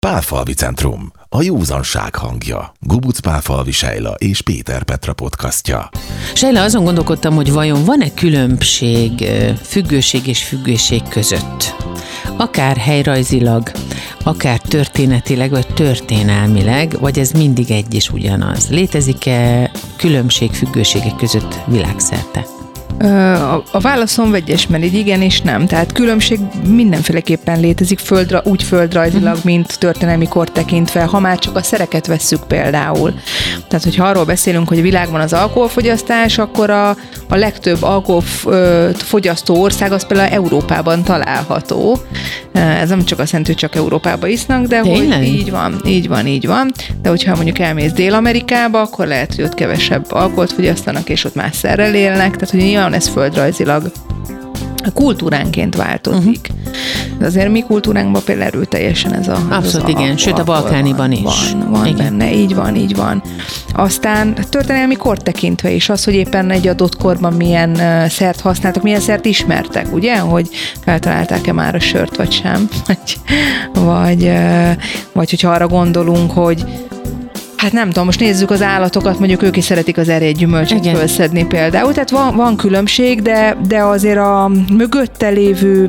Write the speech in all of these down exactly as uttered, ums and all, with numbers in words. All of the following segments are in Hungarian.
Pálfalvi Centrum, a józanság hangja. Gubuc Pálfalvi Sejla és Péter Petra podcastja. Sejla, azon gondolkodtam, hogy vajon van-e különbség függőség és függőség között? Akár helyrajzilag, akár történetileg, vagy történelmileg, vagy ez mindig egy és ugyanaz? Létezik-e különbség függőségek között világszerte? A válaszom vegyes, mert így igen és nem. Tehát különbség mindenféleképpen létezik, földra, úgy földrajzilag, mint történelmi kort tekintve, ha már csak a szereket vesszük például. Tehát, hogyha arról beszélünk, hogy a világban az alkoholfogyasztás, akkor a, a legtöbb alkoholfogyasztó ország az például Európában található. Ez nem csak azt jelenti, hogy csak Európában isznak, de Tényleg? hogy így van, így van, így van. De hogyha mondjuk elmész Dél-Amerikába, akkor lehet, hogy ott kevesebb alkoholt fogyasztanak, és ott más szerrel élnek. Tehát, hogy nyilván ez földrajzilag kultúránként változik. Uh-huh. De azért mi kultúránkban például erőteljesen ez a... Abszolút ez a, igen, sőt a balkániban is. Van, van igen. benne, így van, így van. Aztán történelmi kort tekintve is az, hogy éppen egy adott korban milyen uh, szert használtak, milyen szert ismertek, ugye? Hogy feltalálták-e már a sört, vagy sem. Vagy, vagy, uh, vagy hogyha arra gondolunk, hogy hát nem tudom, most nézzük az állatokat, mondjuk ők is szeretik az erjét gyümölcsöt felszedni például. Tehát van, van különbség, de, de azért a mögötte lévő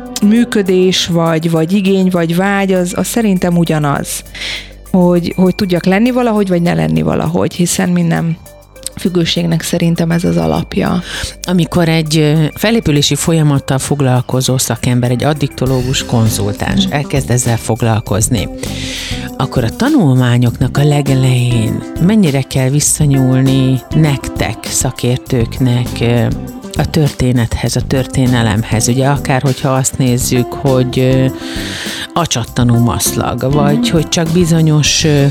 működés, vagy, vagy igény, vagy vágy, az, az szerintem ugyanaz. Hogy, hogy tudjak lenni valahogy, vagy ne lenni valahogy, hiszen minden függőségnek szerintem ez az alapja. Amikor egy felépülési folyamattal foglalkozó szakember, egy addiktológus konzultáns elkezd ezzel foglalkozni, akkor a tanulmányoknak a legelején mennyire kell visszanyúlni nektek, szakértőknek a történethez, a történelemhez? Ugye akár, hogyha azt nézzük, hogy acsattanó maszlag, vagy mm. hogy csak bizonyos ö,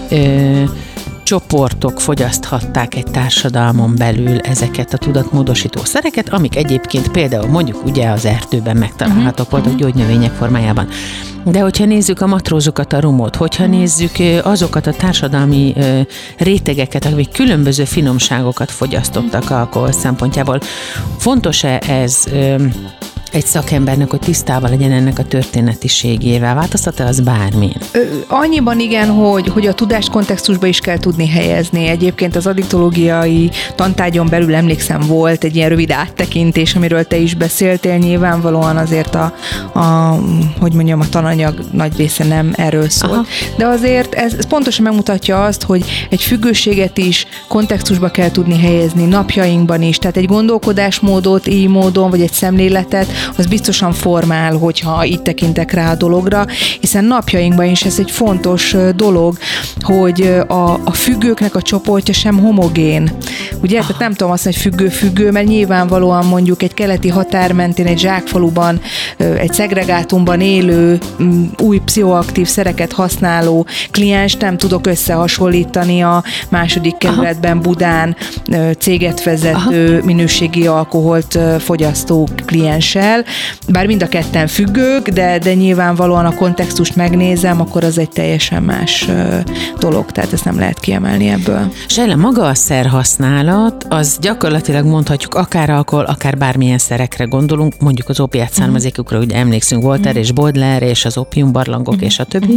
ö, csoportok fogyaszthatták egy társadalmon belül ezeket a tudatmódosító szereket, amik egyébként például mondjuk ugye az erdőben megtalálhatók voltak uh-huh. gyógynövények formájában. De hogyha nézzük a matrózokat, a rumot, hogyha uh-huh. nézzük azokat a társadalmi uh, rétegeket, amik különböző finomságokat fogyasztottak uh-huh. alkohol szempontjából, fontos-e ez uh, egy szakembernek, hogy tisztában legyen ennek a történetiségével? Változtat-e az bármin? Ö, annyiban igen, hogy, hogy a tudást kontextusba is kell tudni helyezni. Egyébként az addiktológiai tantárgyon belül emlékszem volt egy ilyen rövid áttekintés, amiről te is beszéltél. Nyilvánvalóan azért a, a hogy mondjam, a tananyag nagy része nem erről szól. Aha. De azért ez, ez pontosan megmutatja azt, hogy egy függőséget is kontextusba kell tudni helyezni napjainkban is. Tehát egy gondolkodásmódot, így módon, vagy egy szemléletet, az biztosan formál, hogyha itt tekintek rá a dologra, hiszen napjainkban is ez egy fontos dolog, hogy a, a függőknek a csoportja sem homogén. Ugye? Tehát nem tudom azt mondani, hogy függő-függő, mert nyilvánvalóan mondjuk egy keleti határ mentén, egy zsákfaluban, egy szegregátumban élő, új pszichoaktív szereket használó kliens nem tudok összehasonlítani a második kerületben Budán céget vezető, aha. minőségi alkoholt fogyasztó klienssel. Bár mind a ketten függők, de, de nyilvánvalóan a kontextust megnézem, akkor az egy teljesen más dolog, tehát ezt nem lehet kiemelni ebből. Sejla, maga a szerhasználat, az gyakorlatilag mondhatjuk akár alkohol, akár bármilyen szerekre gondolunk, mondjuk az opiát származékukra, ugye emlékszünk, Voltaire és Baudelaire és az opiumbarlangok és a többi.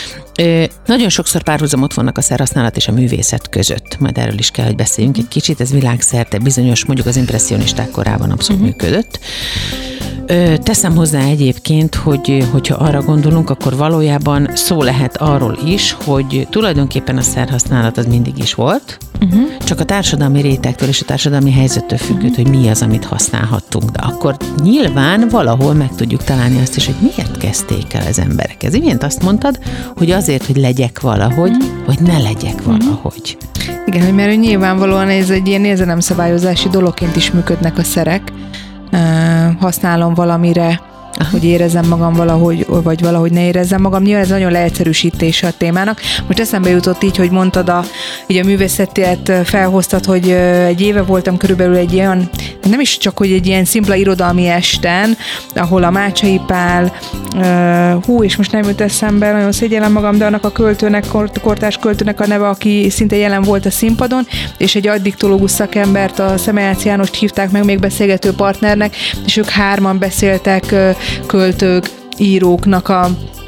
Ö, nagyon sokszor párhuzamot vannak a szerhasználat és a művészet között. Majd erről is kell, hogy beszéljünk egy kicsit. Ez világszerte bizonyos, mondjuk az impresszionisták korában abszolút uh-huh. működött. Ö, teszem hozzá egyébként, hogy hogyha arra gondolunk, akkor valójában szó lehet arról is, hogy tulajdonképpen a szerhasználat az mindig is volt, uh-huh. csak a társadalmi rétegtől és a társadalmi helyzettől függött, uh-huh. hogy mi az, amit használhattunk. De akkor nyilván valahol meg tudjuk találni azt is, hogy miért kezdték el az emberek. Ez imént azt mondtad, hogy azért, hogy legyek valahogy, uh-huh. vagy ne legyek valahogy. Igen, hogy mert nyilvánvalóan ez egy ilyen érzelemszabályozási dologként is működnek a szerek. Uh, használom valamire, aha. hogy érezzem magam valahogy, vagy valahogy ne érezzem magam. Nyilván ez nagyon leegyszerűsítése a témának. Most eszembe jutott így, hogy mondtad, a, így a művészetet felhoztad, hogy egy éve voltam körülbelül egy ilyen, nem is csak, hogy egy ilyen szimpla irodalmi esten, ahol a Mácsai Pál, uh, hú, és most nem jut eszembe, nagyon szégyellem magam, de annak a költőnek, kortárs költőnek a neve, aki szinte jelen volt a színpadon, és egy addiktológus szakembert, a Szemeács Jánost hívták meg még beszélgető partnernek, és ők hárman beszéltek uh, költők, íróknak a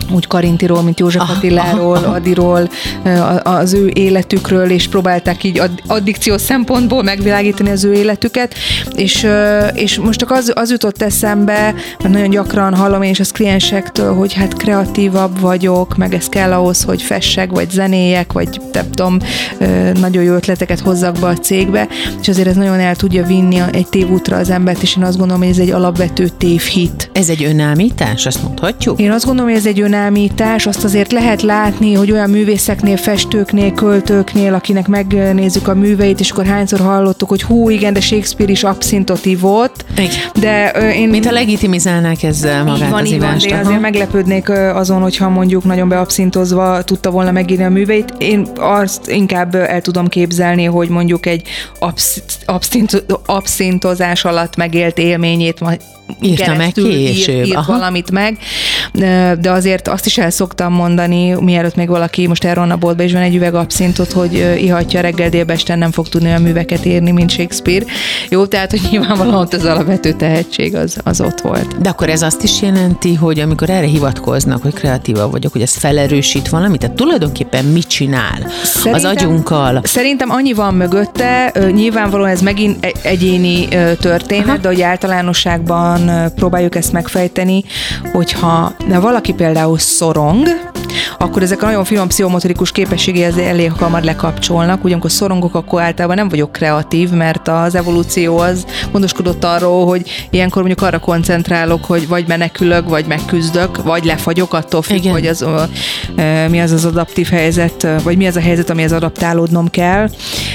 úgy Karintiról, mint József Aha, Attiláról, aha, aha. Adiról, az ő életükről, és próbálták így addikciós szempontból megvilágítani az ő életüket, és, és most csak az, az jutott eszembe, mert nagyon gyakran hallom én is az kliensektől, hogy hát kreatívabb vagyok, meg ez kell ahhoz, hogy fessek, vagy zenéjek, vagy nem tudom, nagyon jó ötleteket hozzak be a cégbe, és azért ez nagyon el tudja vinni egy tévútra az embert, és én azt gondolom, hogy ez egy alapvető tévhit. Ez egy önállítás, azt mondhatjuk? Én azt gondolom, hogy ez egy önállítás, azt azért lehet látni, hogy olyan művészeknél, festőknél, költőknél, akinek megnézzük a műveit, és akkor hányszor hallottuk, hogy hú, igen, de Shakespeare is abszintot ivott. De én... Mint ha legitimizálnák ezzel magát van, az ivást. Van, de azért meglepődnék azon, hogyha mondjuk nagyon beabszintozva tudta volna megírni a műveit. Én azt inkább el tudom képzelni, hogy mondjuk egy abszint, abszintozás alatt megélt élményét ma írta meg később. Írt, írt valamit meg, de azért azt is el szoktam mondani, mielőtt még valaki most elron a boltba, és van egy üveg abszintot, hogy ihatja reggel, délben, este nem fog tudni olyan műveket írni, mint Shakespeare. Jó, tehát, hogy nyilvánvalóan ott az alapvető tehetség az, az ott volt. De akkor ez azt is jelenti, hogy amikor erre hivatkoznak, hogy kreatíva vagyok, hogy ez felerősít valamit, tehát tulajdonképpen mit csinál szerintem, az agyunkkal? Szerintem annyi van mögötte, nyilvánvalóan ez megint egyéni történet, aha, de hogy általánosságban próbáljuk ezt megfejteni, hogyha valaki például szorong, akkor ezek a nagyon finom pszichomotorikus képességei az elég hamar lekapcsolnak. Ugyanakkor szorongok, akkor általában nem vagyok kreatív, mert az evolúció az gondoskodott arról, hogy ilyenkor mondjuk arra koncentrálok, hogy vagy menekülök, vagy megküzdök, vagy lefagyok, attól függ, igen, hogy az, mi az az adaptív helyzet, vagy mi az a helyzet, amihez adaptálódnom kell.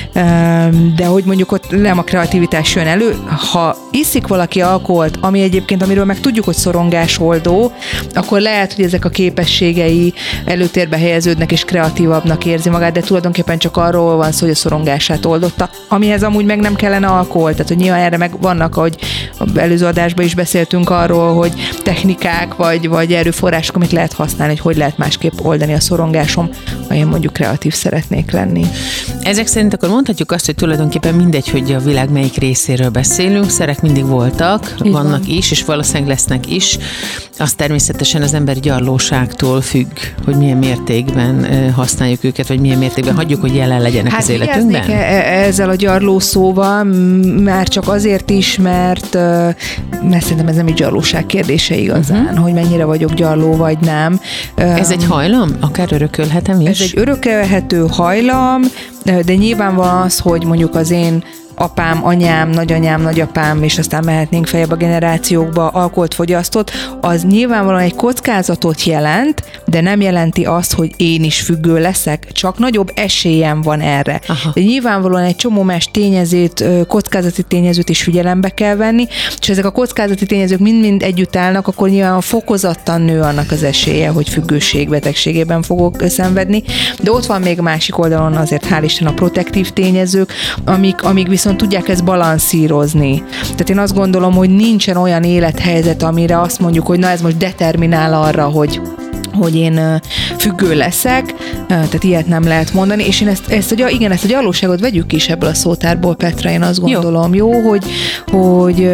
De hogy mondjuk ott nem a kreativitás jön elő. Ha iszik valaki alkoholt, ami egyébként, amiről meg tudjuk, hogy szorongásoldó, akkor lehet, hogy ezek a képességei előtérbe helyeződnek, és kreatívabbnak érzi magát, de tulajdonképpen csak arról van szó, hogy a szorongását oldotta, amihez amúgy meg nem kellene alkohol. Tehát, hogy nyilván erre meg vannak, ahogy előző adásban is beszéltünk arról, hogy technikák, vagy, vagy erőforrások, amit lehet használni, hogy hogy lehet másképp oldani a szorongásom, ha én mondjuk kreatív szeretnék lenni. Ezek szerint akkor mondhatjuk azt, hogy tulajdonképpen mindegy, hogy a világ melyik részéről beszélünk, szerek mindig voltak, így vannak van is, és valószínűleg lesznek is. Az természetesen az emberi gyarlóságtól függ, hogy milyen mértékben használjuk őket, vagy milyen mértékben hagyjuk, hogy jelen legyenek hát az életünkben. Hát ezzel a gyarló szóval, már csak azért is, mert, mert szerintem ez nem egy gyarlóság kérdése igazán, uh-huh, hogy mennyire vagyok gyarló, vagy nem. Ez egy hajlam? Akár örökölhetem is? Ez egy örökölhető hajlam, de nyilvánvalóan az, hogy mondjuk az én apám, anyám, nagyanyám, nagyapám, és aztán mehetnénk feljebb a generációkba, alkoholt fogyasztott, az nyilvánvalóan egy kockázatot jelent, de nem jelenti azt, hogy én is függő leszek, csak nagyobb esélyem van erre. Aha. De nyilvánvalóan egy csomó más tényezőt, kockázati tényezőt is figyelembe kell venni, és ezek a kockázati tényezők mind-mind együtt állnak, akkor nyilván fokozottan nő annak az esélye, hogy függőség betegségében fogok szenvedni, de ott van még másik oldalon azért hál' Isten a protektív tényezők, amik, amik viszont tudják ezt balanszírozni. Tehát én azt gondolom, hogy nincsen olyan élethelyzet, amire azt mondjuk, hogy na ez most determinál arra, hogy hogy én függő leszek, tehát ilyet nem lehet mondani, és én ezt, ezt a, igen, ezt a gyarlóságot vegyük is ebből a szótárból, Petra, én azt gondolom, jó, jó hogy, hogy,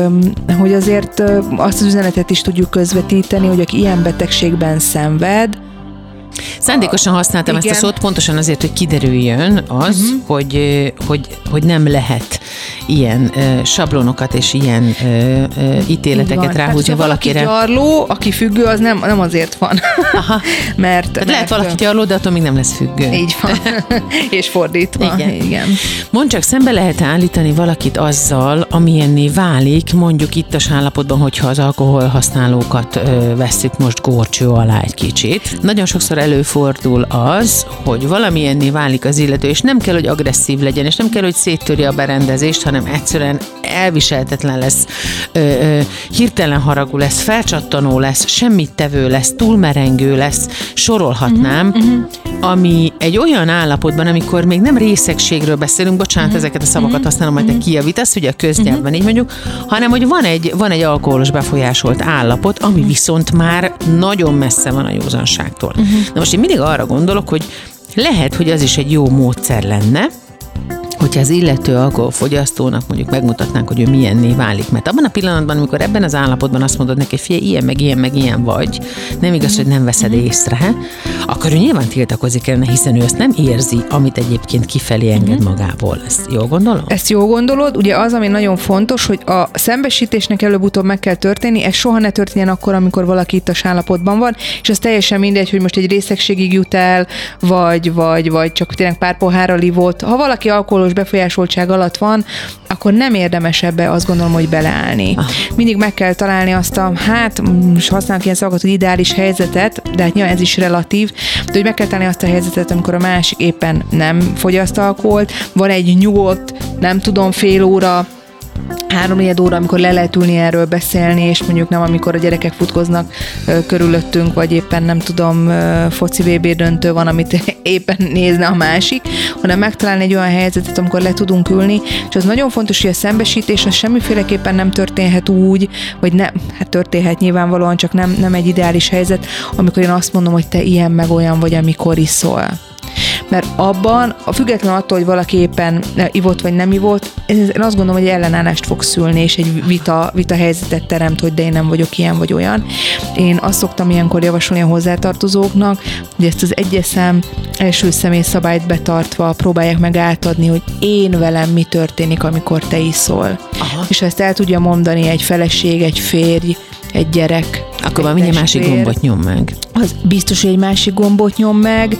hogy azért azt az üzenetet is tudjuk közvetíteni, hogy aki ilyen betegségben szenved, szándékosan használtam igen. ezt a szót pontosan azért, hogy kiderüljön az, uh-huh. hogy, hogy, hogy nem lehet ilyen uh, sablonokat és ilyen uh, uh, ítéleteket ráhúzni hát, valakire. Valaki gyarló, aki függő, az nem, nem azért van. Aha. mert, mert lehet valaki gyarló, de attól még nem lesz függő. Így van. és fordítva. Igen. Igen. Mondd csak, szembe lehet állítani valakit azzal, amilyenné válik, mondjuk ittas állapotban, hogyha az alkoholhasználókat ö, vesszük most górcső alá egy kicsit. Nagyon sokszor előfordul az, hogy valamilyenné válik az illető, és nem kell, hogy agresszív legyen, és nem kell, hogy széttörje a berendezést, hanem egyszerűen elviselhetetlen lesz, ö, ö, hirtelen haragú lesz, felcsattanó lesz, semmit tevő lesz, túlmerengő lesz, sorolhatnám, uh-huh. ami egy olyan állapotban, amikor még nem részegségről beszélünk, bocsánat, uh-huh. ezeket a szavakat használom, majd te kijavítasz, ugye a köznyelvben uh-huh. így mondjuk, hanem hogy van egy, van egy alkoholos befolyásolt állapot, ami uh-huh. viszont már nagyon messze van a józanságtól. Uh-huh. Na most én mindig arra gondolok, hogy lehet, hogy az is egy jó módszer lenne, hogyha az illető alkoholfogyasztónak mondjuk megmutatnánk, hogy ő milyenné válik. Mert abban a pillanatban, amikor ebben az állapotban azt mondod neki, figyelj, ilyen, meg ilyen, meg ilyen vagy, nem igaz, hogy nem veszed észre, akkor ő nyilván tiltakozik ellene, hiszen ő ezt nem érzi, amit egyébként kifelé enged magából. Ezt jól gondolom? Ezt jól gondolod. Ugye az, ami nagyon fontos, hogy a szembesítésnek előbb-utóbb meg kell történni, ez soha ne történjen akkor, amikor valaki ittas állapotban van, és az teljesen mindegy, hogy most egy részegségig jut el, vagy, vagy, vagy csak tényleg pár pohárral ivott. Ha valaki alkoholos befolyásoltság alatt van, akkor nem érdemes ebbe, azt gondolom, hogy beleállni. Ah. Mindig meg kell találni azt a, hát, most használok ilyen szavakat, hogy ideális helyzetet, de hát nyilván ez is relatív, de hogy meg kell találni azt a helyzetet, amikor a másik éppen nem fogyaszt alkoholt, van egy nyugodt, nem tudom, fél óra, három-négy óra, amikor le lehet ülni erről beszélni, és mondjuk nem amikor a gyerekek futkoznak ö, körülöttünk, vagy éppen nem tudom, ö, foci vé bé döntő van, amit éppen nézne a másik, hanem megtalálni egy olyan helyzetet, amikor le tudunk ülni, és az nagyon fontos, hogy a szembesítés az semmiféleképpen nem történhet úgy, vagy nem, hát történhet nyilvánvalóan, csak nem, nem egy ideális helyzet, amikor én azt mondom, hogy te ilyen meg olyan vagy, amikor iszol. Mert abban, a független attól, hogy valaki éppen ivott vagy nem ivott, én azt gondolom, hogy ellenállást fog szülni, és egy vita, vita helyzetet teremt, hogy de én nem vagyok ilyen vagy olyan. Én azt szoktam ilyenkor javasolni a hozzátartozóknak, hogy ezt az egyes szám első személy szabályt betartva próbálják meg átadni, hogy én velem mi történik, amikor te iszol. Aha. És ezt el tudja mondani egy feleség, egy férj, egy gyerek. Akkor van minden másik gombot nyom meg. Az biztos, hogy egy másik gombot nyom meg,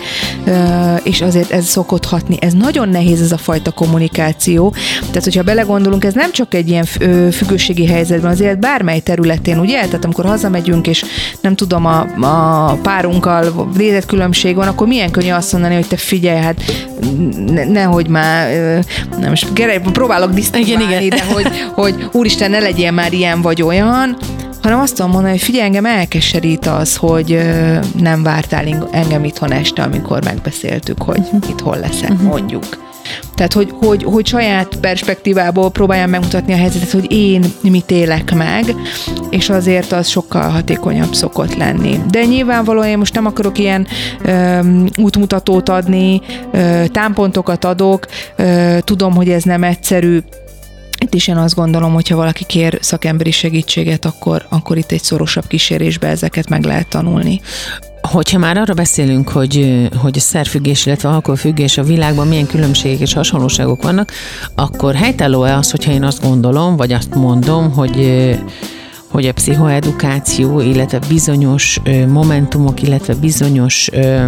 és azért ez szokott hatni. Ez nagyon nehéz, ez a fajta kommunikáció. Tehát, hogyha belegondolunk, ez nem csak egy ilyen függőségi helyzetben, az élet bármely területén, ugye? Tehát amikor hazamegyünk, és nem tudom, a, a párunkkal léletkülönbség van, akkor milyen könnyű azt mondani, hogy te figyelj, hát ne, nehogy már, nem, most próbálok disztingválni, de hogy, hogy úristen, ne legyél már ilyen vagy olyan, hanem azt tudom mondani, hogy figyelj, engem elkeserít az, hogy ö, nem vártál engem itthon este, amikor megbeszéltük, hogy uh-huh. itt hol leszek, uh-huh. mondjuk. Tehát, hogy, hogy, hogy saját perspektívából próbáljam megmutatni a helyzetet, hogy én mit élek meg, és azért az sokkal hatékonyabb szokott lenni. De nyilvánvalóan én most nem akarok ilyen ö, útmutatót adni, ö, támpontokat adok, ö, tudom, hogy ez nem egyszerű. Itt is én azt gondolom, hogyha valaki kér szakemberi segítséget, akkor, akkor itt egy szorosabb kísérésbe ezeket meg lehet tanulni. Hogyha már arra beszélünk, hogy, hogy a szerfüggés, illetve alkoholfüggés a világban milyen különbségek és hasonlóságok vannak, akkor helytálló-e az, hogyha én azt gondolom, vagy azt mondom, hogy hogy a pszichoedukáció, illetve bizonyos ö, momentumok, illetve bizonyos ö,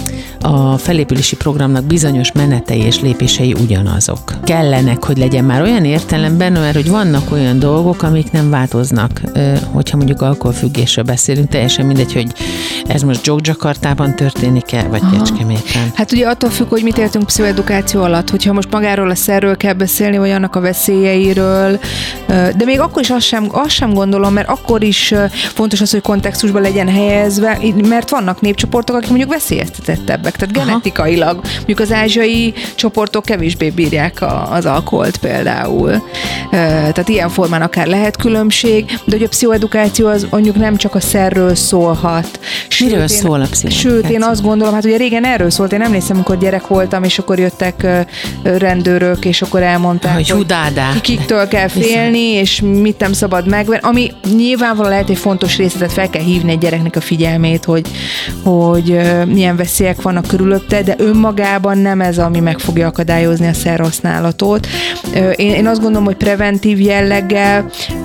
a felépülési programnak bizonyos menetei és lépései ugyanazok. Kellenek, hogy legyen már olyan értelemben, mert hogy vannak olyan dolgok, amik nem változnak, ö, hogyha mondjuk alkoholfüggésről beszélünk, teljesen mindegy, hogy ez most Dzsokdzsakartában történik-e, vagy Aha. Kecskeméten. Hát ugye attól függ, hogy mit értünk pszichoedukáció alatt, hogyha most magáról a szerről kell beszélni, vagy annak a veszélyeiről, de még akkor is azt sem, azt sem gondolom, mert akkor is fontos az, hogy kontextusba legyen helyezve, mert vannak népcsoportok, akik mondjuk veszélyeztetettebbek, tehát Aha. genetikailag, mondjuk az ázsiai csoportok kevésbé bírják a, az alkoholt például. Tehát ilyen formán akár lehet különbség, de hogy a pszichoedukáció az mondjuk nem csak a szerről szólhat. Sőt, Miről én, szól a pszichoedukáció? Sőt, én azt gondolom, hát ugye régen erről szólt, én emlékszem, amikor gyerek voltam, és akkor jöttek rendőrök, és akkor elmondták, hogy, hogy kiktől kell félni, és mit nem szabad megvenni, ami nyilvánvalóan lehet egy fontos részletet, fel kell hívni egy gyereknek a figyelmét, hogy, hogy milyen veszélyek vannak körülötte, de önmagában nem ez, ami meg fogja akadályozni a szerhasználatot. Én, én azt gondolom, hogy preventív jelleggel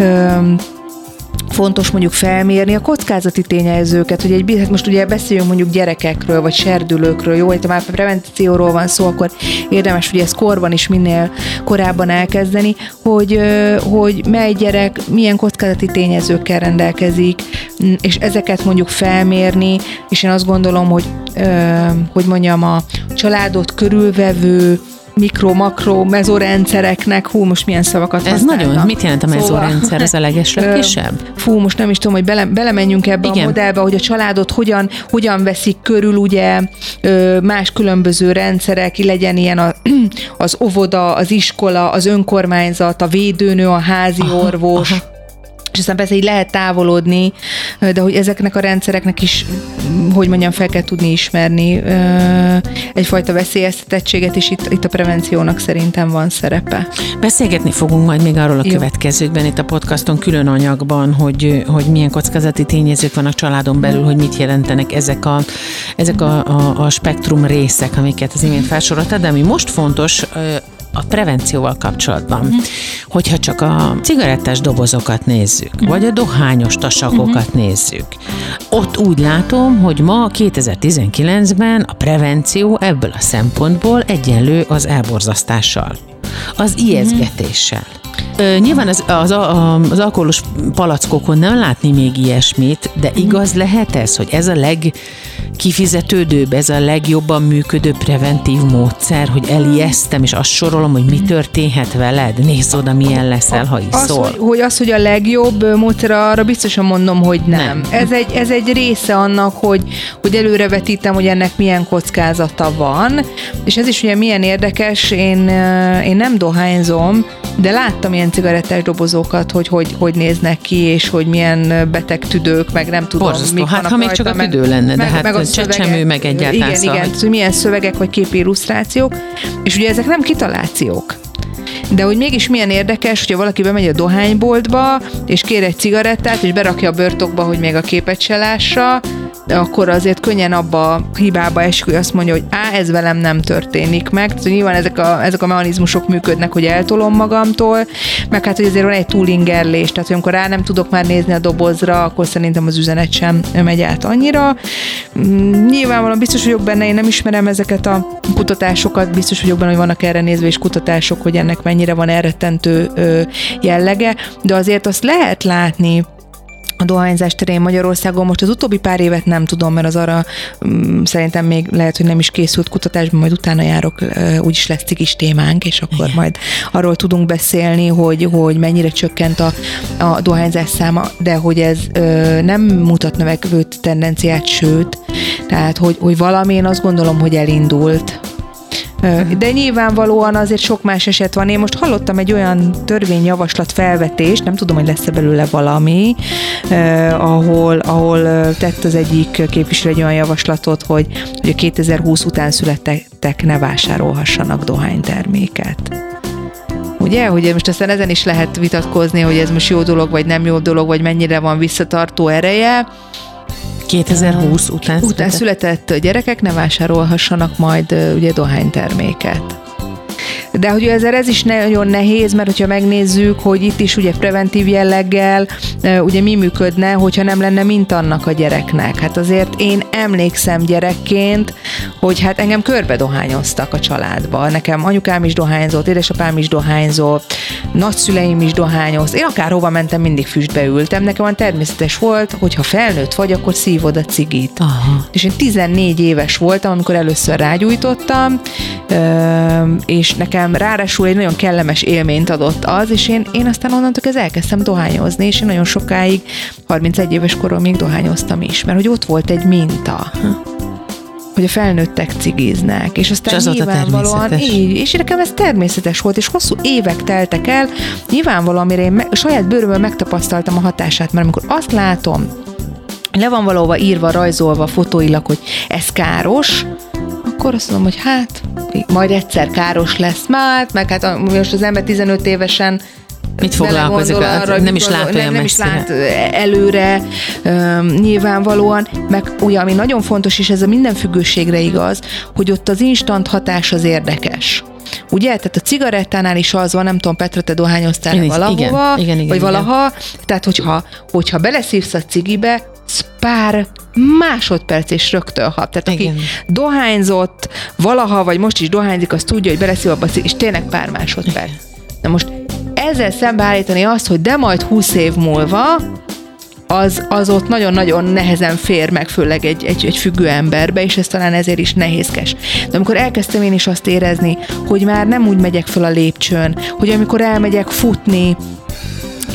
fontos mondjuk felmérni a kockázati tényezőket, hogy egy, hát most ugye beszéljünk mondjuk gyerekekről, vagy serdülőkről, jó, hogy már prevencióról van szó, akkor érdemes ugye ezt korban is minél korábban elkezdeni, hogy, hogy mely gyerek milyen kockázati tényezőkkel rendelkezik, és ezeket mondjuk felmérni, és én azt gondolom, hogy, hogy mondjam, a családot körülvevő mikro-makro mezorendszereknek, hú, most milyen szavakat Ez használnak. nagyon, mit jelent a mezorrendszer? Szóval, ez a legeslegkisebb? Fú, most nem is tudom, hogy bele, belemenjünk ebbe Igen. a modellbe, hogy a családot hogyan, hogyan veszik körül, ugye más különböző rendszerek, legyen ilyen a, az óvoda, az iskola, az önkormányzat, a védőnő, a házi aha, orvos, aha. és aztán persze így lehet távolodni, de hogy ezeknek a rendszereknek is, hogy mondjam, fel kell tudni ismerni egyfajta veszélyeztetettséget, és itt, itt a prevenciónak szerintem van szerepe. Beszélgetni fogunk majd még arról a Jó. következőkben itt a podcaston külön anyagban, hogy, hogy milyen kockázati tényezők vannak családon belül, hogy mit jelentenek ezek a, ezek a, a, a spektrum részek, amiket az imént felsoroltad, de ami most fontos, a prevencióval kapcsolatban, uh-huh. hogyha csak a cigarettás dobozokat nézzük, uh-huh. vagy a dohányos tasakokat uh-huh. nézzük, ott úgy látom, hogy ma kétezer-tizenkilencben a prevenció ebből a szempontból egyenlő az elborzasztással, az ijesztgetéssel. Ö, nyilván az, az, az alkoholos palackokon nem látni még ilyesmit, de igaz lehet ez, hogy ez a legkifizetődőbb, ez a legjobban működő preventív módszer, hogy elijesztem, és azt sorolom, hogy mi történhet veled, nézz oda, milyen leszel, ha iszol. Az, hogy, hogy az, hogy a legjobb módszer, arra biztosan mondom, hogy nem. nem. Ez, egy, ez egy része annak, hogy, hogy előrevetítem, hogy ennek milyen kockázata van, és ez is ugye milyen érdekes, én, én nem dohányzom, de láttam ilyen cigarettás dobozókat, hogy, hogy hogy néznek ki, és hogy milyen beteg tüdők, meg nem tudom, Borzasztó. mik hát vannak ha még rajta, csak a meg, tüdő lenne, de meg, hát meg a csecsemő, meg egyáltalán. Igen, igen, hogy milyen szövegek, vagy képi illusztrációk, és ugye ezek nem kitalációk. De hogy mégis milyen érdekes, hogyha valaki bemegy a dohányboltba, és kér egy cigarettát, és berakja a bőrtokba, hogy még a képet se lássa, akkor azért könnyen abba a hibába esik, hogy azt mondja, hogy á, ez velem nem történik meg. Tehát nyilván ezek a, ezek a mechanizmusok működnek, hogy eltolom magamtól, meg hát, hogy azért van egy túlingerlés, tehát hogy amikor rá nem tudok már nézni a dobozra, akkor szerintem az üzenet sem megy át annyira. Nyilvánvalóan biztos vagyok benne, én nem ismerem ezeket a kutatásokat, biztos vagyok benne, hogy vannak erre nézve is kutatások, hogy ennek mennyire van elrettentő jellege, de azért azt lehet látni, a dohányzás terén Magyarországon most az utóbbi pár évet nem tudom, mert az arra um, szerintem még lehet, hogy nem is készült kutatásban, majd utána járok, uh, úgyis lesz cigis témánk, és akkor Igen. majd arról tudunk beszélni, hogy, hogy mennyire csökkent a, a dohányzás száma, de hogy ez uh, nem mutat növekvő tendenciát, sőt, tehát hogy, hogy valami én azt gondolom, hogy elindult. De nyilvánvalóan azért sok más eset van. Én most hallottam egy olyan törvényjavaslat felvetést, nem tudom, hogy lesz-e belőle valami, eh, ahol, ahol tett az egyik képviselő egy olyan javaslatot, hogy, hogy a kétezer-húsz után születtek ne vásárolhassanak dohányterméket. Ugye, hogy most aztán ezen is lehet vitatkozni, hogy ez most jó dolog, vagy nem jó dolog, vagy mennyire van visszatartó ereje. kétezer-húsz után, után született gyerekek ne vásárolhassanak majd ugye dohányterméket. De hogy ezzel ez is nagyon nehéz, mert hogyha megnézzük, hogy itt is ugye preventív jelleggel ugye mi működne, hogyha nem lenne mint annak a gyereknek. Hát azért én emlékszem gyerekként, hogy hát engem körbe dohányoztak a családba. Nekem anyukám is dohányzott, édesapám is dohányzott, nagyszüleim is dohányozt. Én akárhova mentem, mindig füstbe ültem. Nekem olyan természetes volt, hogy ha felnőtt vagy, akkor szívod a cigit. Aha. És én tizennégy éves voltam, amikor először rágyújtottam, és nekem ráadásul egy nagyon kellemes élményt adott az, és én, én aztán onnantól kezdve elkezdtem dohányozni, és én nagyon sokáig, harmincegy éves koromig dohányoztam is, mert hogy ott volt egy minta. Hogy a felnőttek cigiznek, és aztán és nyilvánvalóan így, és nekem ez természetes volt, és hosszú évek teltek el, nyilvánvalóan, amire én me- saját bőrömön megtapasztaltam a hatását, mert amikor azt látom, le van valóban írva, rajzolva, fotóilag, hogy ez káros, akkor azt mondom, hogy hát, majd egyszer káros lesz már, meg hát most az ember tizenöt évesen mit foglalkozik, arra, nem is lát olyan nem, nem is lát előre um, nyilvánvalóan, meg ugye, ami nagyon fontos, és ez a minden függőségre igaz, hogy ott az instant hatás az érdekes. Ugye? Tehát a cigarettánál is az van, nem tudom, Petra, te dohányoztál valahova, igen, igen, igen, vagy igen. valaha, tehát hogyha, hogyha beleszívsz a cigibe, pár másodperc és rögtön hab. Tehát aki Igen. dohányzott valaha, vagy most is dohányzik, az tudja, hogy beleszív abba, és tényleg pár másodperc. Na most ezzel szembeállítani azt, hogy de majd húsz év múlva, az, az ott nagyon-nagyon nehezen fér meg, főleg egy, egy, egy függő emberbe, és ez talán ezért is nehézkes. De amikor elkezdtem én is azt érezni, hogy már nem úgy megyek föl a lépcsőn, hogy amikor elmegyek futni,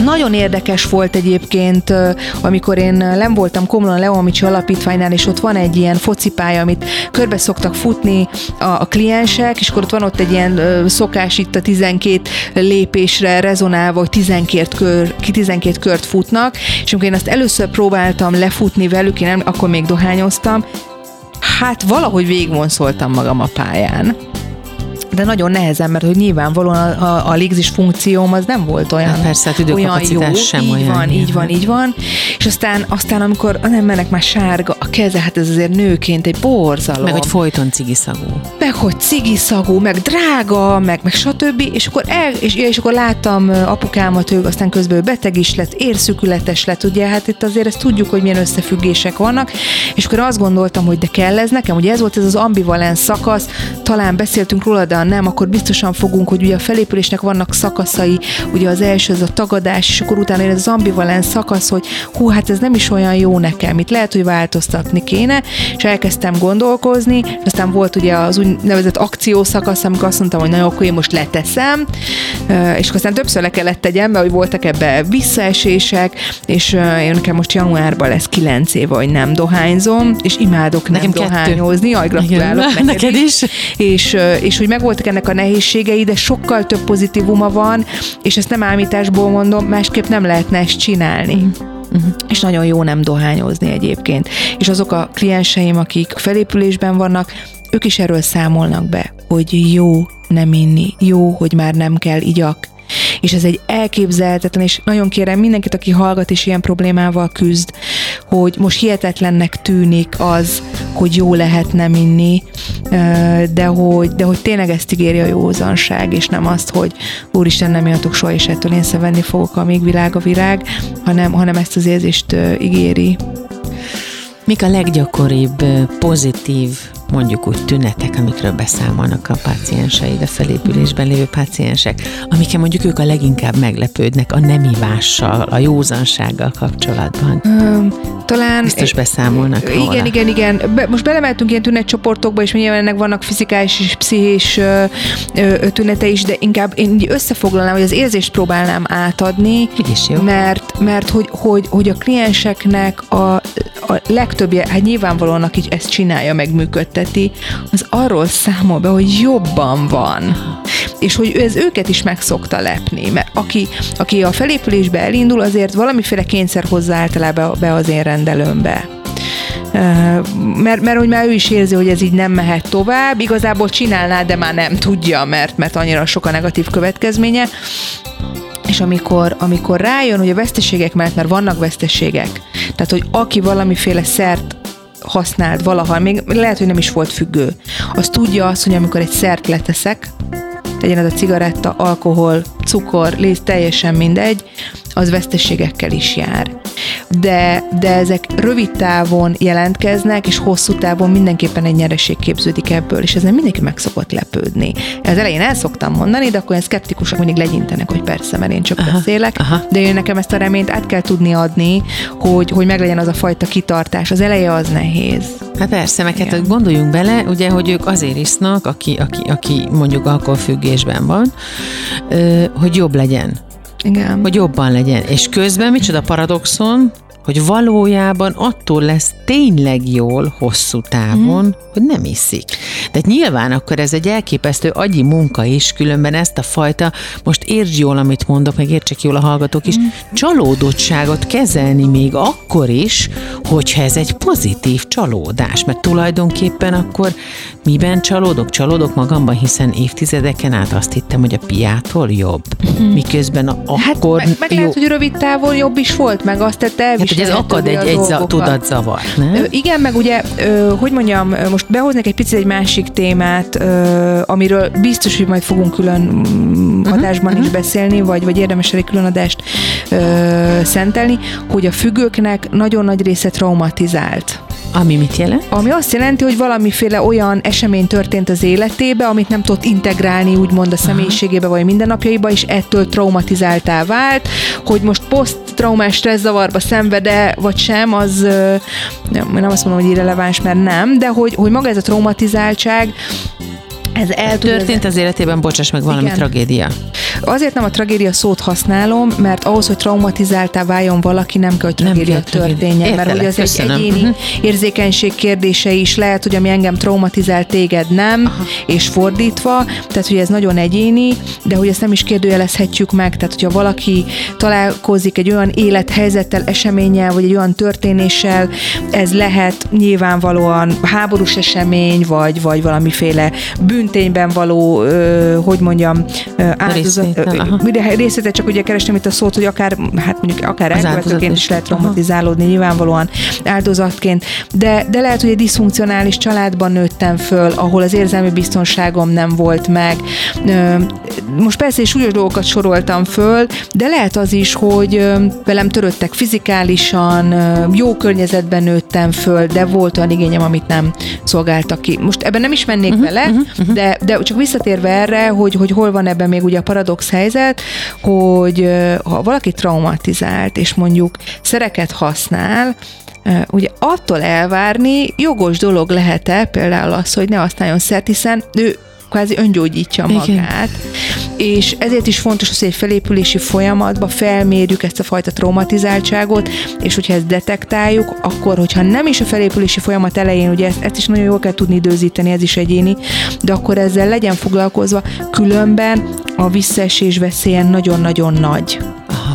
Nagyon érdekes volt egyébként, amikor én nem voltam Komlón a Leo Amicsi Alapítványnál, és ott van egy ilyen focipálya, amit körbe szoktak futni a, a kliensek, és akkor ott van ott egy ilyen szokás itt a tizenkét lépésre rezonálva, hogy tizenkét, kör, tizenkét kört futnak, és amikor én azt először próbáltam lefutni velük, én nem, akkor még dohányoztam, hát valahogy végigvonszoltam magam a pályán. De nagyon nehezen, mert hogy nyilvánvalóan a, a, a légzés funkcióm az nem volt olyan, hát persze, hát olyan jó. Sem így olyan van, ilyen. így van, így van. És aztán, aztán amikor az embernek már sárga a keze, hát ez azért nőként egy borzalom. Meg hogy folyton cigiszagú. Meg hogy cigiszagú, meg drága, meg, meg stb. És akkor, el, és, és akkor láttam apukámat, ő aztán közben ő beteg is lett, érszükületes lett, ugye, hát itt azért ezt tudjuk, hogy milyen összefüggések vannak, és akkor azt gondoltam, hogy de kell ez nekem, ugye ez volt ez az ambivalens szakasz, talán beszéltünk róla, de nem, akkor biztosan fogunk, hogy ugye a felépülésnek vannak szakaszai, ugye az első az a tagadás, és akkor utána ez az ambivalens szakasz, hogy hú, hát ez nem is olyan jó nekem, itt lehet, hogy változtatni kéne, és elkezdtem gondolkozni, aztán volt ugye az úgynevezett akciószakasz, amikor azt mondtam, hogy na jó, akkor én most leteszem, és aztán többször le kellett tegyem, mert hogy voltak ebbe visszaesések, és én nekem most januárban lesz kilenc éve, hogy nem dohányzom, és imádok nem nekem dohányozni, jaj, gratulálok neked, neked is. És, és hogy megvoltak ennek a nehézségei, de sokkal több pozitívuma van, és ezt nem ámításból mondom, másképp nem lehetne ezt csinálni. Mm. Uh-huh. És nagyon jó nem dohányozni egyébként. És azok a klienseim, akik a felépülésben vannak, ők is erről számolnak be, hogy jó nem inni, jó, hogy már nem kell igyak. És ez egy elképzelhetetlen, és nagyon kérem mindenkit, aki hallgat és ilyen problémával küzd, hogy most hihetetlennek tűnik az, hogy jó lehet nem inni, de hogy, de hogy tényleg ezt ígéri a józanság, és nem azt, hogy úristen, nem ihatok soha, és ettől én szenvedni fogok, amíg világ a virág, hanem, hanem ezt az érzést ígéri. Mik a leggyakoribb pozitív, mondjuk úgy tünetek, amikről beszámolnak a pácienseid, a felépülésben lévő páciensek, amikkel mondjuk ők a leginkább meglepődnek a nem ivással, a józansággal kapcsolatban? Um, talán... Biztos beszámolnak igen, róla. Igen, igen, igen. Be, most belemeltünk ilyen tünetcsoportokba, és nyilván ennek vannak fizikális és pszichés ö, ö, tünete is, de inkább én összefoglalnám, hogy az érzést próbálnám átadni, mert, mert hogy, hogy, hogy a klienseknek a, a legtöbbje, hát nyilvánvalóan, aki ezt csinálja, meg működteti, az arról számol be, hogy jobban van. És hogy ez őket is meg szokta lepni, mert aki, aki a felépülésbe elindul, azért valamiféle kényszer hozzá általában be az én rendelőmbe. Mert, mert hogy már ő is érzi, hogy ez így nem mehet tovább, igazából csinálná, de már nem tudja, mert, mert annyira sok a negatív következménye. És amikor, amikor rájön, hogy a veszteségek mellett, mert vannak veszteségek, tehát hogy aki valamiféle szert használt valaha, még lehet, hogy nem is volt függő, az tudja azt, hogy amikor egy szert leteszek, legyen ez a cigaretta, alkohol, cukor, léz, teljesen mindegy, az veszteségekkel is jár. De, de ezek rövid távon jelentkeznek, és hosszú távon mindenképpen egy nyereség képződik ebből, és ezen mindenki meg szokott lepődni. Az elején el szoktam mondani, de akkor ilyen szkeptikusak mindig legyintenek, hogy persze, mert én csak aha, beszélek, aha. De én nekem ezt a reményt át kell tudni adni, hogy, hogy meglegyen az a fajta kitartás. Az eleje az nehéz. Hát persze, meg hát gondoljunk bele, ugye, hogy ők azért isznak, aki, aki, aki mondjuk alkoholfüggésben van, hogy jobb legyen. Igen. Hogy jobban legyen. És közben micsoda paradoxon, hogy valójában attól lesz tényleg jól hosszú távon, mm. hogy nem iszik. De nyilván akkor ez egy elképesztő agyi munka is, különben ezt a fajta, most értsd jól, amit mondok, meg értsek jól a hallgatók is, mm. csalódottságot kezelni még akkor is, hogyha ez egy pozitív csalódás, mert tulajdonképpen akkor miben csalódok? Csalódok magamban, hiszen évtizedeken át azt hittem, hogy a piától jobb. Mm. Miközben a, akkor... Hát meg, meg lehet, hogy rövid távon jobb is volt, meg azt tette elviselhető. Hát, hogy ez akad egy, egy za, tudatzavar, nem? Ö, igen, meg ugye, ö, hogy mondjam, most behoznék egy picit egy másik témát, ö, amiről biztos, hogy majd fogunk külön uh-huh, adásban uh-huh. is beszélni, vagy, vagy érdemes egy külön adást ö, szentelni, hogy a függőknek nagyon nagy része traumatizált. Ami mit jelent? Ami azt jelenti, hogy valamiféle olyan esemény történt az életébe, amit nem tudott integrálni, úgymond a személyiségébe vagy mindennapjaiba, és ettől traumatizáltá vált, hogy most poszttraumás stresszavarba szenved-e, vagy sem, az nem, nem azt mondom, hogy irreleváns, mert nem, de hogy, hogy maga ez a traumatizáltság, ez el történt az életében, bocsáss meg, valami igen. tragédia. Azért nem a tragédia szót használom, mert ahhoz, hogy traumatizáltá váljon valaki, nem kell, hogy tragédia nem kell történjen, mert hogy az köszönöm. Egy egyéni uh-huh. érzékenység kérdése is lehet, hogy ami engem traumatizált, téged nem, aha. és fordítva, tehát hogy ez nagyon egyéni, de hogy ezt nem is kérdőjelezhetjük meg, tehát hogyha valaki találkozik egy olyan élethelyzettel, eseménnyel, vagy egy olyan történéssel, ez lehet nyilvánvalóan háborús esemény, vagy, vagy valamiféle bűntényben való, ö, hogy mondjam, áldozat, részletet, csak ugye kerestem itt a szót, hogy akár, hát mondjuk akár elkövetőként is lehet traumatizálódni, nyilvánvalóan áldozatként, de, de lehet, hogy egy diszfunkcionális családban nőttem föl, ahol az érzelmi biztonságom nem volt meg. Most persze súlyos dolgokat soroltam föl, de lehet az is, hogy velem törődtek fizikálisan, jó környezetben nőttem föl, de volt olyan igényem, amit nem szolgáltak ki. Most ebben nem is mennék uh-huh, vele, uh-huh, uh-huh. De, de csak visszatérve erre, hogy, hogy hol van ebben még ugye a paradox helyzet, hogy ha valaki traumatizált, és mondjuk szereket használ, ugye attól elvárni jogos dolog lehet-e például az, hogy ne használjon szert, hiszen ő kvázi öngyógyítja magát. Igen. És ezért is fontos az, hogy egy felépülési folyamatban felmérjük ezt a fajta traumatizáltságot, és hogyha ezt detektáljuk, akkor, hogyha nem is a felépülési folyamat elején, ugye ezt, ezt is nagyon jól kell tudni időzíteni, ez is egyéni, de akkor ezzel legyen foglalkozva, különben a visszaesés veszélyen nagyon-nagyon nagy. Aha.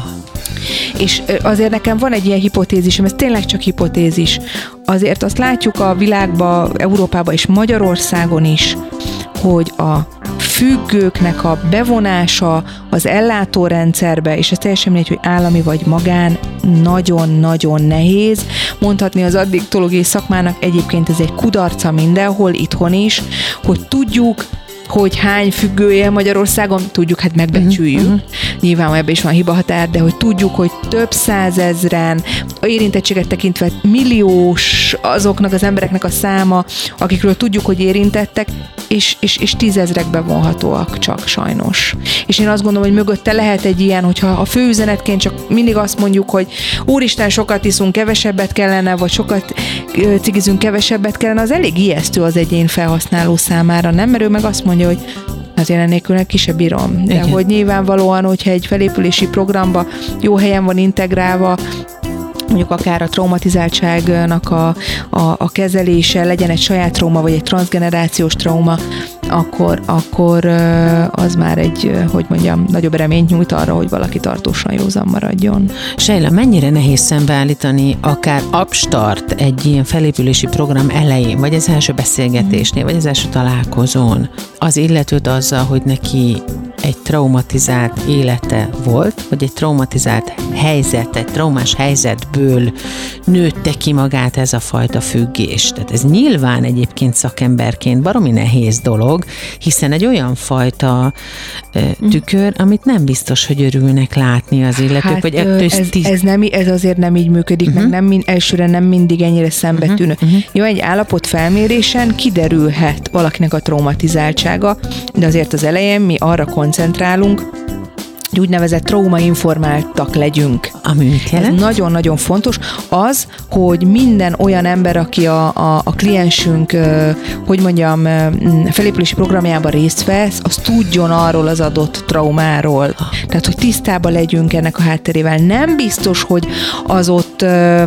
És azért nekem van egy ilyen hipotézisem, ez tényleg csak hipotézis. Azért azt látjuk a világban, Európában és Magyarországon is, hogy a függőknek a bevonása az ellátórendszerbe, és ez teljesen mindegy, hogy állami vagy magán, nagyon-nagyon nehéz. Mondhatni az addiktológiai szakmának egyébként ez egy kudarca mindenhol, itthon is, hogy tudjuk, hogy hány függője Magyarországon, tudjuk, hát megbecsüljük. Uh-huh. Nyilván ebben is van hibahatár, de hogy tudjuk, hogy több százezren, a érintettséget tekintve milliós azoknak az embereknek a száma, akikről tudjuk, hogy érintettek, és, és, és tízezrekbe vonhatóak csak sajnos. És én azt gondolom, hogy mögötte lehet egy ilyen, hogyha a főüzenetként csak mindig azt mondjuk, hogy úristen, sokat iszunk, kevesebbet kellene, vagy sokat cigizünk, kevesebbet kellene, az elég ijesztő az egyén felhasználó számára, nem? Mert ő meg azt mondja, hogy azért ennélkül ki se bírom. De igen. Hogy nyilvánvalóan, hogyha egy felépülési programba jó helyen van integrálva, mondjuk akár a traumatizáltságnak a, a, a kezelése, legyen egy saját trauma, vagy egy transzgenerációs trauma, akkor, akkor az már egy, hogy mondjam, nagyobb reményt nyújt arra, hogy valaki tartósan józan maradjon. Sejla, mennyire nehéz szembeállítani akár upstart egy ilyen felépülési program elején, vagy az első beszélgetésnél, vagy az első találkozón az illetőt azzal, hogy neki egy traumatizált élete volt, vagy egy traumatizált helyzet, egy traumás helyzetből nőtte ki magát ez a fajta függés. Tehát ez nyilván egyébként szakemberként baromi nehéz dolog, hiszen egy olyan fajta uh, tükör, amit nem biztos, hogy örülnek látni az illetők, hát, vagy ettől ez, tíz... ez, nem, ez azért nem így működik, uh-huh. meg nem mind, elsőre nem mindig ennyire szembetűnő. Uh-huh. Uh-huh. Jó, egy állapot felmérésen kiderülhet valakinek a traumatizáltsága, de azért az elején mi arra koncentrálunk, hogy úgynevezett traumainformáltak legyünk. Ami mit jelent? Ez nagyon-nagyon fontos. Az, hogy minden olyan ember, aki a, a, a kliensünk, hogy mondjam, felépülési programjában részt vesz, az tudjon arról az adott traumáról. Tehát, hogy tisztában legyünk ennek a hátterével. Nem biztos, hogy az ott,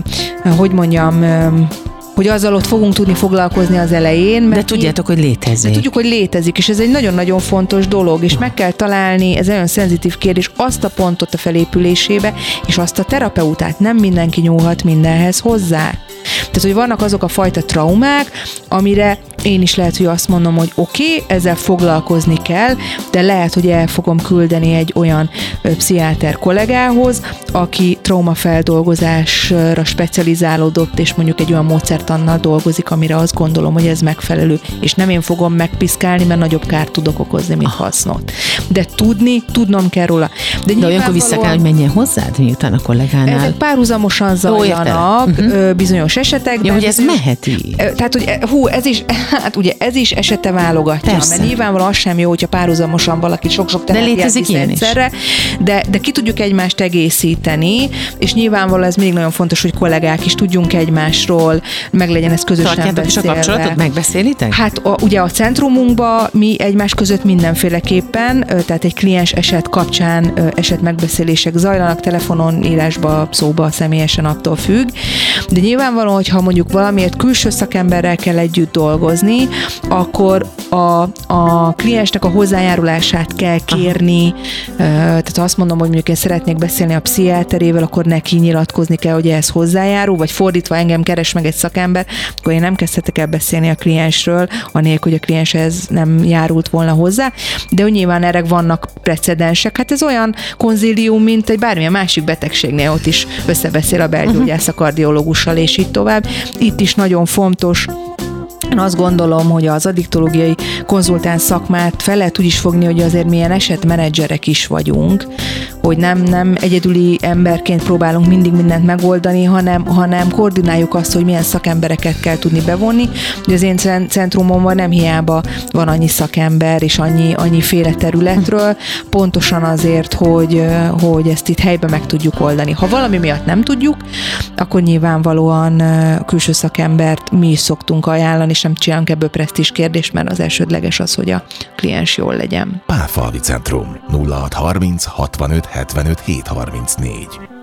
hogy mondjam, hogy azzal ott fogunk tudni foglalkozni az elején. Mert de tudjátok, hogy létezik. Tudjuk, hogy létezik, és ez egy nagyon-nagyon fontos dolog, és meg kell találni, ez egy olyan szenzitív kérdés, azt a pontot a felépülésébe, és azt a terapeutát. Nem mindenki nyúlhat mindenhez hozzá. Tehát, hogy vannak azok a fajta traumák, amire én is lehet, hogy azt mondom, hogy oké, okay, ezzel foglalkozni kell, de lehet, hogy el fogom küldeni egy olyan ö, pszichiáter kollégához, aki traumafeldolgozásra specializálódott, és mondjuk egy olyan módszertannal dolgozik, amire azt gondolom, hogy ez megfelelő, és nem én fogom megpiszkálni, mert nagyobb kárt tudok okozni, mint hasznot. De tudni, tudnom kell róla. De, de olyankor vissza kell, hogy menjen hozzád, miután a kollégánál. Ezek párhuzamosan zajlanak, Ó, bizonyos esetekben. Ja, hogy ez meheti. Tehát, hogy hú, ez is, Hát ugye ez is esete válogatja, Persze. mert nyilvánvalóan az sem jó, hogyha párhuzamosan valaki sok-sok terápiát visz egyszerre, de, de ki tudjuk egymást egészíteni, és nyilvánvalóan ez még nagyon fontos, hogy kollégák is tudjunk egymásról, meg legyen ez közösen Tartjátok beszélve. is a kapcsolatot, megbeszélitek? Hát a, ugye a centrumunkban mi egymás között mindenféleképpen, tehát egy kliens eset kapcsán eset megbeszélések zajlanak, telefonon, írásba, szóba, személyesen, attól függ. De nyilvánvalóan, hogyha mondjuk valamiért külső szakemberrel kell együtt dolgozni, akkor a, a kliensnek a hozzájárulását kell kérni. Aha. Tehát ha azt mondom, hogy mondjuk én szeretnék beszélni a pszichiáterével, akkor neki nyilatkozni kell, hogy ehhez hozzájárul, vagy fordítva engem keres meg egy szakember, akkor én nem kezdhetek el beszélni a kliensről, anélkül, hogy a klienshez nem járult volna hozzá. De nyilván erre vannak precedensek. Hát ez olyan konzílium, mint egy bármilyen másik betegségnél, ott is összebeszél a belgyógyász a kardiológussal, és így tovább. Itt is nagyon fontos. Én azt gondolom, hogy az addiktológiai konzultáns szakmát fel lehet úgy is fogni, hogy azért milyen esetmenedzserek is vagyunk, hogy nem, nem egyedüli emberként próbálunk mindig mindent megoldani, hanem, hanem koordináljuk azt, hogy milyen szakembereket kell tudni bevonni. Ugye az én centrumomban nem hiába van annyi szakember és annyi, annyi féle területről, pontosan azért, hogy, hogy ezt itt helyben meg tudjuk oldani. Ha valami miatt nem tudjuk, akkor nyilvánvalóan külső szakembert mi is szoktunk ajánlani, és nem csinálunk ebből presztízs kérdést, mert az elsődleges az, hogy a kliens jól legyen. Pálfalvi Centrum nulla hat harminc hatvanöt hetvenöt hét harmincnégy